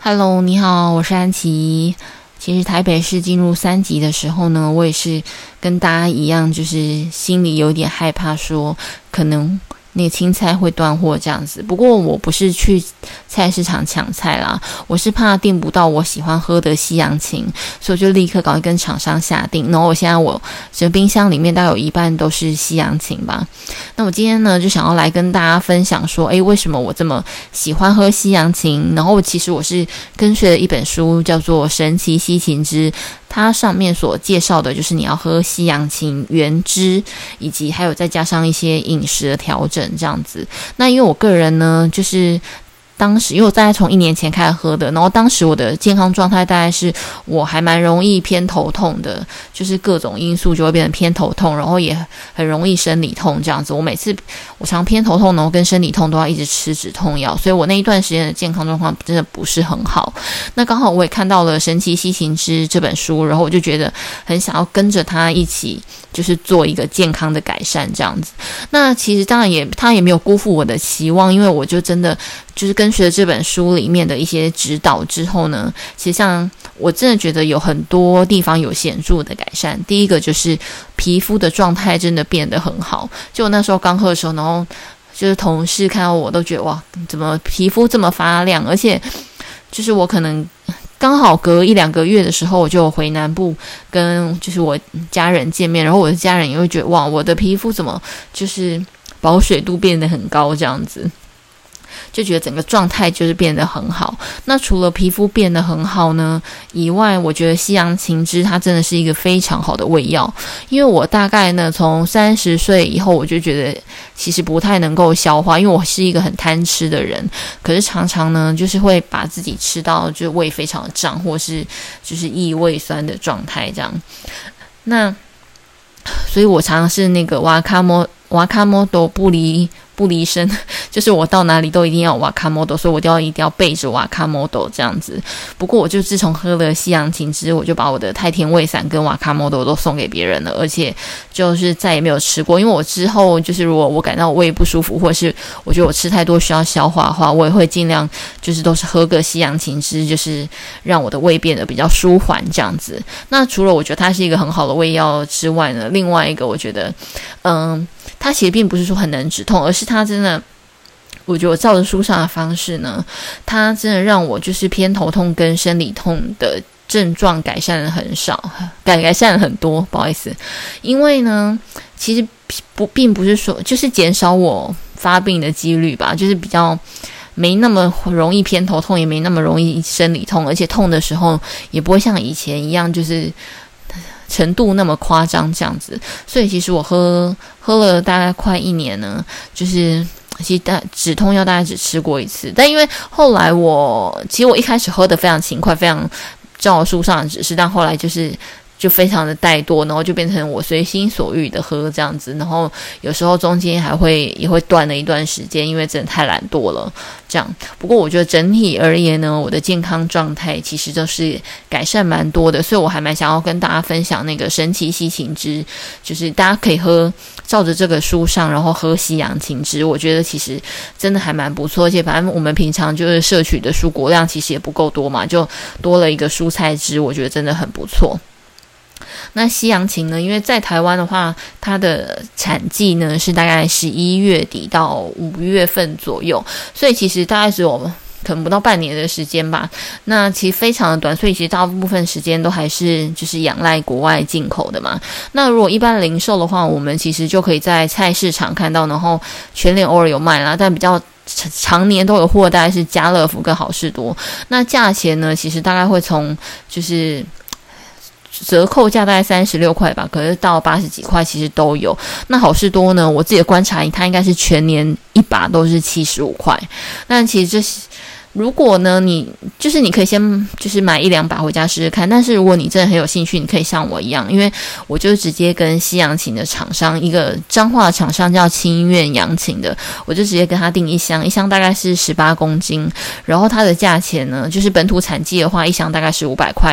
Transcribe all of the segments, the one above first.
Hello，你好，我是安琪。其实台北市进入3级的时候呢，我也是跟大家一样，就是心里有点害怕说可能那个青菜会断货这样子。不过我不是去菜市场抢菜啦，我是怕订不到我喜欢喝的西洋芹，所以我就立刻赶快跟厂商下订。然后我现在整个冰箱里面大概有一半都是西洋芹吧。那我今天呢就想要来跟大家分享说，为什么我这么喜欢喝西洋芹？然后其实我是跟随了一本书叫做《神奇西芹汁》，它上面所介绍的就是你要喝西洋芹原汁，以及还有再加上一些饮食的调整这样子。那因为我个人呢，就是当时因为我大概从1年前开始喝的，然后当时我的健康状态大概是我还蛮容易偏头痛的，就是各种因素就会变成偏头痛，然后也很容易生理痛这样子。我常偏头痛，然后跟生理痛都要一直吃止痛药，所以我那一段时间的健康状况真的不是很好。那刚好我也看到了《神奇西芹汁》这本书，然后我就觉得很想要跟着他一起就是做一个健康的改善这样子。那其实当然他也没有辜负我的期望，因为我就真的就是跟随着这本书里面的一些指导之后呢，其实像我真的觉得有很多地方有显著的改善。第一个就是皮肤的状态真的变得很好，就我那时候刚喝的时候，然后就是同事看到我都觉得哇，怎么皮肤这么发亮，而且就是我可能刚好隔1-2个月的时候，我就回南部跟就是我家人见面，然后我的家人也会觉得哇，我的皮肤怎么就是保水度变得很高这样子，就觉得整个状态就是变得很好。那除了皮肤变得很好呢以外，我觉得西洋芹汁它真的是一个非常好的胃药。因为我大概呢从30岁以后，我就觉得其实不太能够消化，因为我是一个很贪吃的人，可是常常呢就是会把自己吃到就胃非常的胀，或是就是易胃酸的状态这样。那所以我常常是那个瓦卡莫多不离身，就是我到哪里都一定要瓦卡莫多，所以我一定要备着瓦卡莫多这样子。不过我就自从喝了西洋芹汁，我就把我的太田胃散跟瓦卡莫多都送给别人了，而且就是再也没有吃过。因为我之后就是如果我感到我胃不舒服，或是我觉得我吃太多需要消化的话，我也会尽量就是都是喝个西洋芹汁，就是让我的胃变得比较舒缓这样子。那除了我觉得它是一个很好的胃药之外呢，另外一个我觉得它其实并不是说很能止痛，而是它真的，我觉得我照着书上的方式呢，它真的让我就是偏头痛跟生理痛的症状改善了很少，改善了很多，不好意思。因为呢，其实并不是说就是减少我发病的几率吧，就是比较没那么容易偏头痛，也没那么容易生理痛，而且痛的时候也不会像以前一样就是程度那么夸张这样子。所以其实我喝了大概快1年呢，就是其实止痛药大概只吃过1次。但因为后来其实我一开始喝的非常勤快，非常照书上的指示，但后来就非常的怠惰，然后就变成我随心所欲的喝这样子，然后有时候中间也会断了一段时间，因为真的太懒惰了这样。不过我觉得整体而言呢，我的健康状态其实就是改善蛮多的，所以我还蛮想要跟大家分享那个神奇西芹汁，就是大家可以照着这个书上，然后喝西洋芹汁，我觉得其实真的还蛮不错。而且反正我们平常就是摄取的蔬果量其实也不够多嘛，就多了一个蔬菜汁，我觉得真的很不错。那西洋芹呢，因为在台湾的话，它的产季呢是大概11月底到5月份左右，所以其实大概只有可能不到半年的时间吧。那其实非常的短，所以其实大部分时间都还是就是仰赖国外进口的嘛。那如果一般零售的话，我们其实就可以在菜市场看到，然后全联偶尔有卖啦，但比较常年都有货，大概是家乐福跟好事多。那价钱呢，其实大概会从就是折扣价大概36块吧，可是到80几块其实都有。那好事多呢，我自己的观察，它应该是全年一把都是75块。那其实如果呢，你可以先就是买1-2把回家试试看，但是如果你真的很有兴趣，你可以像我一样，因为我就直接跟西洋芹的厂商，一个彰化的厂商叫清苑洋芹的，我就直接跟他订一箱大概是18公斤，然后它的价钱呢，就是本土产季的话，一箱大概是500块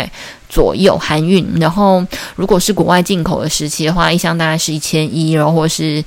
左右含运，然后如果是国外进口的时期的话，一箱大概是1100，然后或是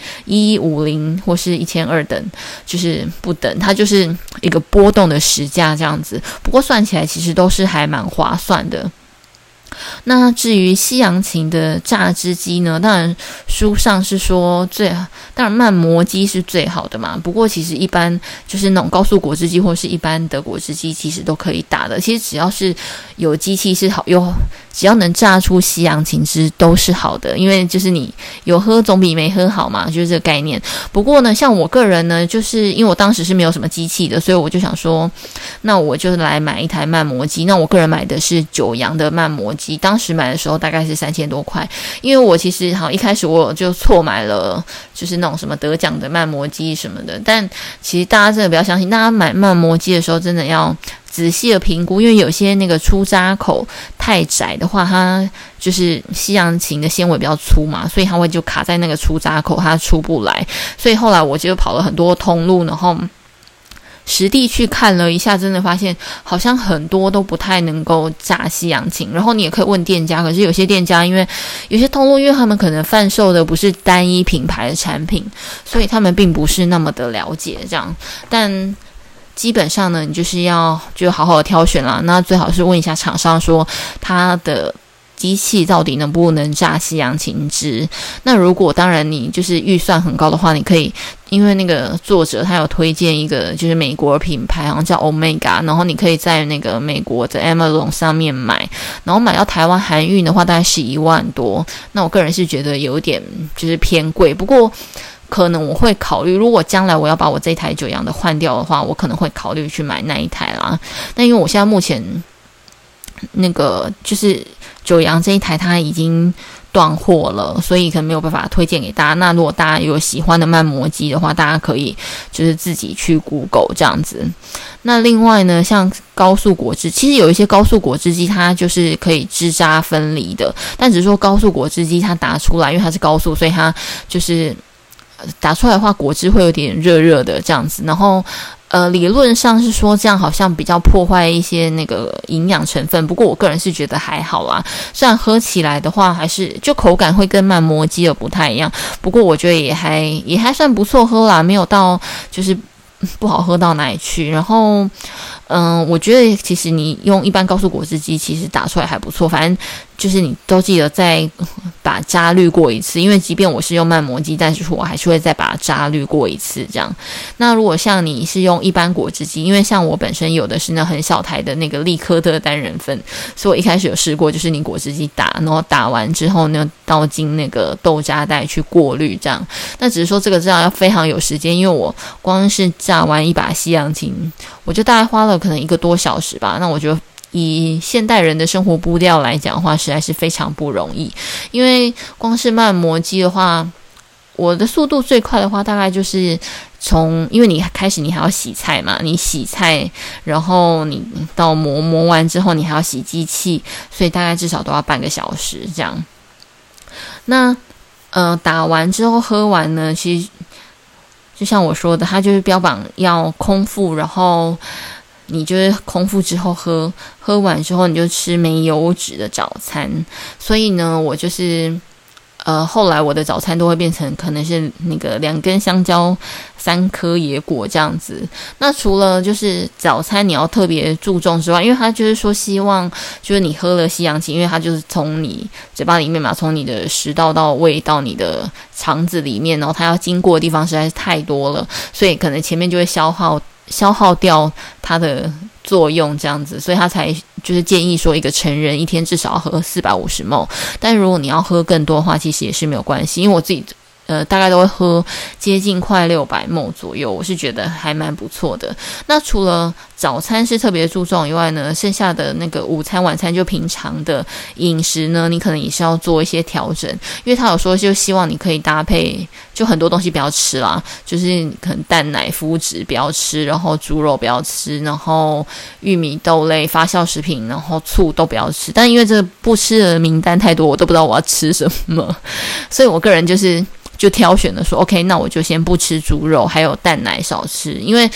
1150或是1200等，就是不等，它就是一个波动的时价这样子。不过算起来其实都是还蛮划算的。那至于西洋芹的榨汁机呢，当然书上是说当然慢磨机是最好的嘛，不过其实一般就是那种高速果汁机或是一般的果汁机其实都可以打的，其实只要是有机器是好，只要能榨出西洋芹汁都是好的，因为就是你有喝总比没喝好嘛，就是这个概念。不过呢，像我个人呢，就是因为我当时是没有什么机器的，所以我就想说，那我就来买一台慢磨机。那我个人买的是九阳的慢磨机，当时买的时候大概是3000多块，因为我其实一开始我就错买了，就是那种什么得奖的慢磨机什么的。但其实大家真的不要相信，大家买慢磨机的时候真的要仔细的评估，因为有些那个出渣口太窄的话，它就是西洋芹的纤维比较粗嘛，所以它会就卡在那个出渣口，它出不来。所以后来我就跑了很多通路，然后实地去看了一下，真的发现好像很多都不太能够榨西洋芹。然后你也可以问店家，可是有些店家因为有些通路，因为他们可能贩售的不是单一品牌的产品，所以他们并不是那么的了解这样。但基本上呢，你就是就好好的挑选啦。那最好是问一下厂商说他的机器到底能不能榨西洋芹汁。那如果当然你就是预算很高的话，你可以因为那个作者他有推荐一个就是美国品牌，好像叫 Omega， 然后你可以在那个美国的 Amazon 上面买，然后买到台湾含运的话大概是1万多。那我个人是觉得有点就是偏贵，不过可能我会考虑，如果将来我要把我这台九阳的换掉的话，我可能会考虑去买那一台啦。但因为我现在目前那个就是九阳这一台它已经断货了，所以可能没有办法推荐给大家。那如果大家有喜欢的慢磨机的话，大家可以就是自己去 Google 这样子。那另外呢，像高速果汁，其实有一些高速果汁机它就是可以汁渣分离的，但只是说高速果汁机它打出来，因为它是高速，所以它就是打出来的话果汁会有点热热的这样子。然后理论上是说这样好像比较破坏一些那个营养成分，不过我个人是觉得还好啦。虽然喝起来的话还是就口感会跟慢磨机的不太一样，不过我觉得也还算不错喝啦，没有到就是不好喝到哪里去。然后我觉得其实你用一般高速果汁机其实打出来还不错，反正就是你都记得再把渣滤过一次，因为即便我是用慢磨机，但是我还是会再把渣滤过一次这样。那如果像你是用一般果汁机，因为像我本身有的是那很小台的那个利科特单人份，所以我一开始有试过，就是你果汁机打，然后打完之后呢倒进那个豆渣袋去过滤这样。那只是说这个要非常有时间，因为我光是榨完一把西洋芹，我就大概花了可能1个多小时吧。那我觉得以现代人的生活步调来讲的话，实在是非常不容易。因为光是慢磨机的话，我的速度最快的话大概就是因为你开始你还要洗菜嘛，你洗菜然后你到磨完之后你还要洗机器，所以大概至少都要半个小时这样。那打完之后喝完呢，其实就像我说的，它就是标榜要空腹，然后你就是空腹之后喝完之后你就吃没油脂的早餐。所以呢我就是后来我的早餐都会变成可能是那个2根香蕉3颗野果这样子。那除了就是早餐你要特别注重之外，因为他就是说希望就是你喝了西洋芹，因为它就是从你嘴巴里面嘛，从你的食道到胃到你的肠子里面，然后它要经过的地方实在是太多了，所以可能前面就会消耗掉它的作用这样子，所以他才就是建议说一个成人一天至少要喝450ml。但如果你要喝更多的话，其实也是没有关系，因为我自己大概都会喝接近快600ml左右，我是觉得还蛮不错的。那除了早餐是特别注重以外呢，剩下的那个午餐晚餐就平常的饮食呢，你可能也是要做一些调整。因为他有说就希望你可以搭配，就很多东西不要吃啦，就是可能蛋奶麸质不要吃，然后猪肉不要吃，然后玉米豆类发酵食品，然后醋都不要吃。但因为这个不吃的名单太多，我都不知道我要吃什么，所以我个人就挑选了说 OK， 那我就先不吃猪肉，还有蛋奶少吃。因为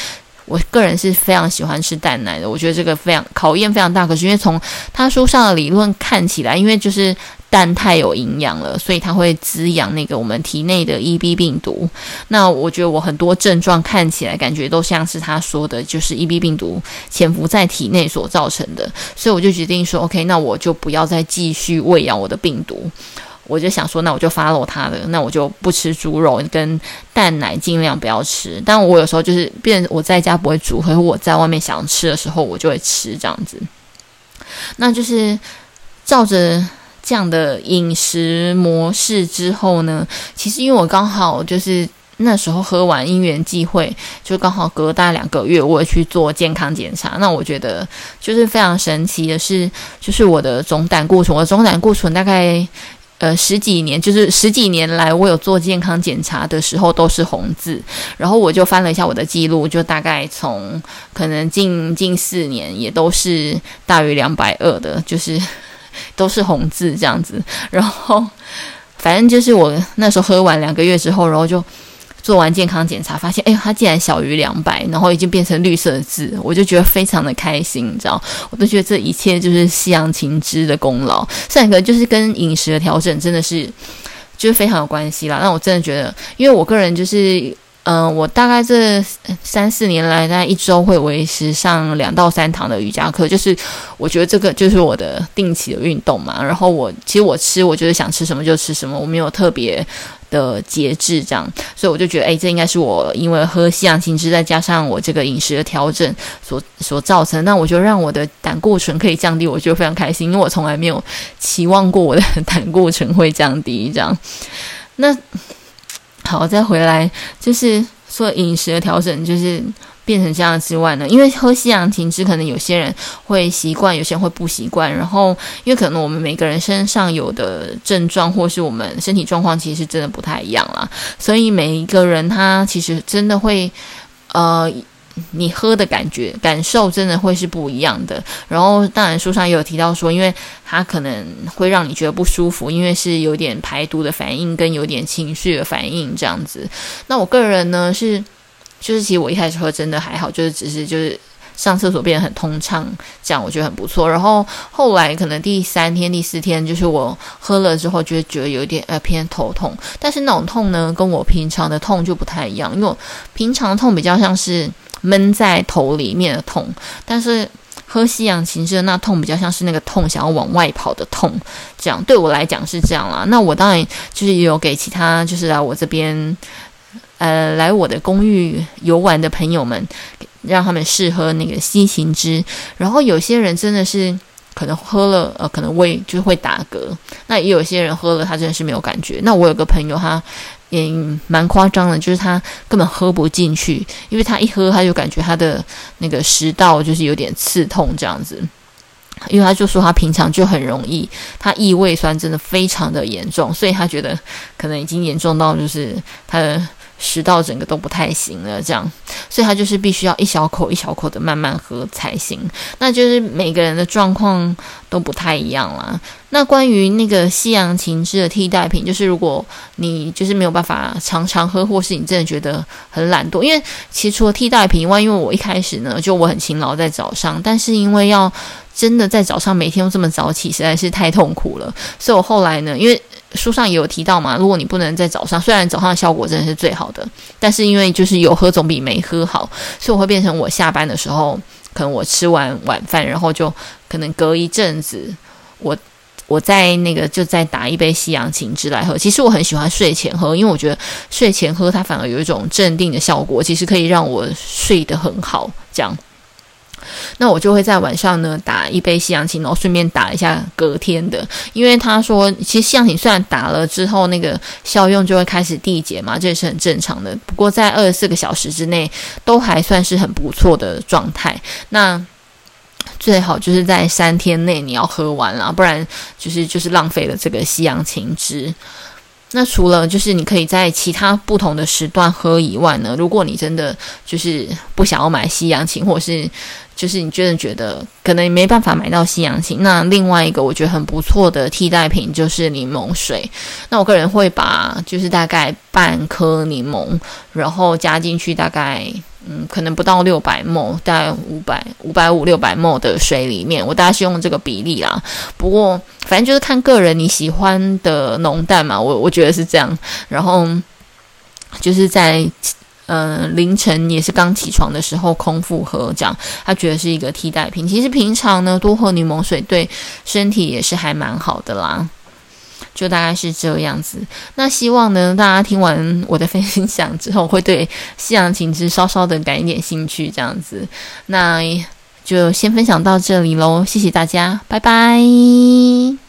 我个人是非常喜欢吃蛋奶的，我觉得这个非常考验非常大。可是因为从他书上的理论看起来，因为就是蛋太有营养了，所以它会滋养那个我们体内的 EB 病毒。那我觉得我很多症状看起来感觉都像是他说的，就是 EB 病毒潜伏在体内所造成的，所以我就决定说 OK， 那我就不要再继续喂养我的病毒。我就想说，那我就 follow 他的，那我就不吃猪肉跟蛋奶，尽量不要吃。但我有时候就是变成我在家不会煮，可是我在外面想吃的时候，我就会吃这样子。那就是照着这样的饮食模式之后呢，其实因为我刚好就是那时候喝完因缘际会，就刚好隔大概2个月，我也去做健康检查。那我觉得就是非常神奇的是，就是我的总胆固醇大概十几年来，我有做健康检查的时候都是红字。然后我就翻了一下我的记录，就大概从可能近4年也都是大于220的，就是都是红字这样子。然后反正就是我那时候喝完2个月之后，然后就做完健康检查，发现它竟然小于200，然后已经变成绿色的字，我就觉得非常的开心，你知道，我都觉得这一切就是西洋芹汁的功劳。3个就是跟饮食的调整真的是就是非常有关系啦。那我真的觉得，因为我个人就是我大概这3-4年来，大概1周会维持上2到3堂的瑜伽课，就是我觉得这个就是我的定期的运动嘛。然后其实我就是想吃什么就吃什么，我没有特别的节制这样，所以我就觉得这应该是我因为喝西洋芹汁再加上我这个饮食的调整所造成。那我就让我的胆固醇可以降低，我觉得非常开心，因为我从来没有期望过我的胆固醇会降低这样。那好，再回来就是说饮食的调整，就是变成这样之外呢，因为喝西洋芹汁可能有些人会习惯，有些人会不习惯。然后因为可能我们每个人身上有的症状或是我们身体状况其实真的不太一样啦，所以每一个人他其实真的会你喝的感受真的会是不一样的。然后当然书上也有提到说，因为它可能会让你觉得不舒服，因为是有点排毒的反应跟有点情绪的反应这样子。那我个人呢就是其实我一开始喝真的还好，只是上厕所变得很通畅，这样我觉得很不错。然后后来可能第3天第4天，就是我喝了之后就觉得有一点偏头痛，但是那种痛呢跟我平常的痛就不太一样，因为我平常的痛比较像是闷在头里面的痛，但是喝西洋芹汁的那痛比较像是那个痛想要往外跑的痛，这样对我来讲是这样啦。那我当然就是也有给其他就是来我这边来我的公寓游玩的朋友们，让他们试喝那个西芹汁。然后有些人真的是可能喝了可能胃就会打嗝，那也有些人喝了他真的是没有感觉。那我有个朋友他也蛮夸张的，就是他根本喝不进去，因为他一喝他就感觉他的那个食道就是有点刺痛这样子。因为他就说他平常就很容易，他异胃酸真的非常的严重，所以他觉得可能已经严重到就是他的食道整个都不太行了这样，所以他就是必须要一小口一小口的慢慢喝才行。那就是每个人的状况都不太一样啦。那关于那个西洋芹汁的替代品，就是如果你就是没有办法常常喝，或是你真的觉得很懒惰，因为其实除了替代品以外，因为我一开始呢就我很勤劳在早上，但是因为要真的在早上每天都这么早起实在是太痛苦了，所以我后来呢，因为书上也有提到嘛，如果你不能在早上，虽然早上的效果真的是最好的，但是因为就是有喝总比没喝好，所以我会变成我下班的时候，可能我吃完晚饭，然后就可能隔一阵子我在那个就再打一杯西洋芹汁来喝。其实我很喜欢睡前喝，因为我觉得睡前喝它反而有一种镇定的效果，其实可以让我睡得很好这样。那我就会在晚上呢打一杯西洋芹，然后顺便打一下隔天的，因为他说其实西洋芹虽然打了之后那个效用就会开始递减嘛，这也是很正常的，不过在24个小时之内都还算是很不错的状态。那最好就是在3天内你要喝完啦，不然就是浪费了这个西洋芹汁。那除了就是你可以在其他不同的时段喝以外呢，如果你真的就是不想要买西洋芹，或者是就是你真的觉得可能没办法买到西洋芹，那另外一个我觉得很不错的替代品就是柠檬水。那我个人会把就是大概半颗柠檬，然后加进去大概可能不到600ml，大概550-600ml的水里面，我大概是用这个比例啦。不过反正就是看个人你喜欢的浓淡嘛，我觉得是这样。然后就是在凌晨也是刚起床的时候空腹喝，这样他觉得是一个替代品。其实平常呢多喝柠檬水对身体也是还蛮好的啦。就大概是这样子。那希望呢大家听完我的分享之后会对西洋芹汁稍稍的感一点兴趣，这样子。那就先分享到这里咯，谢谢大家，拜拜。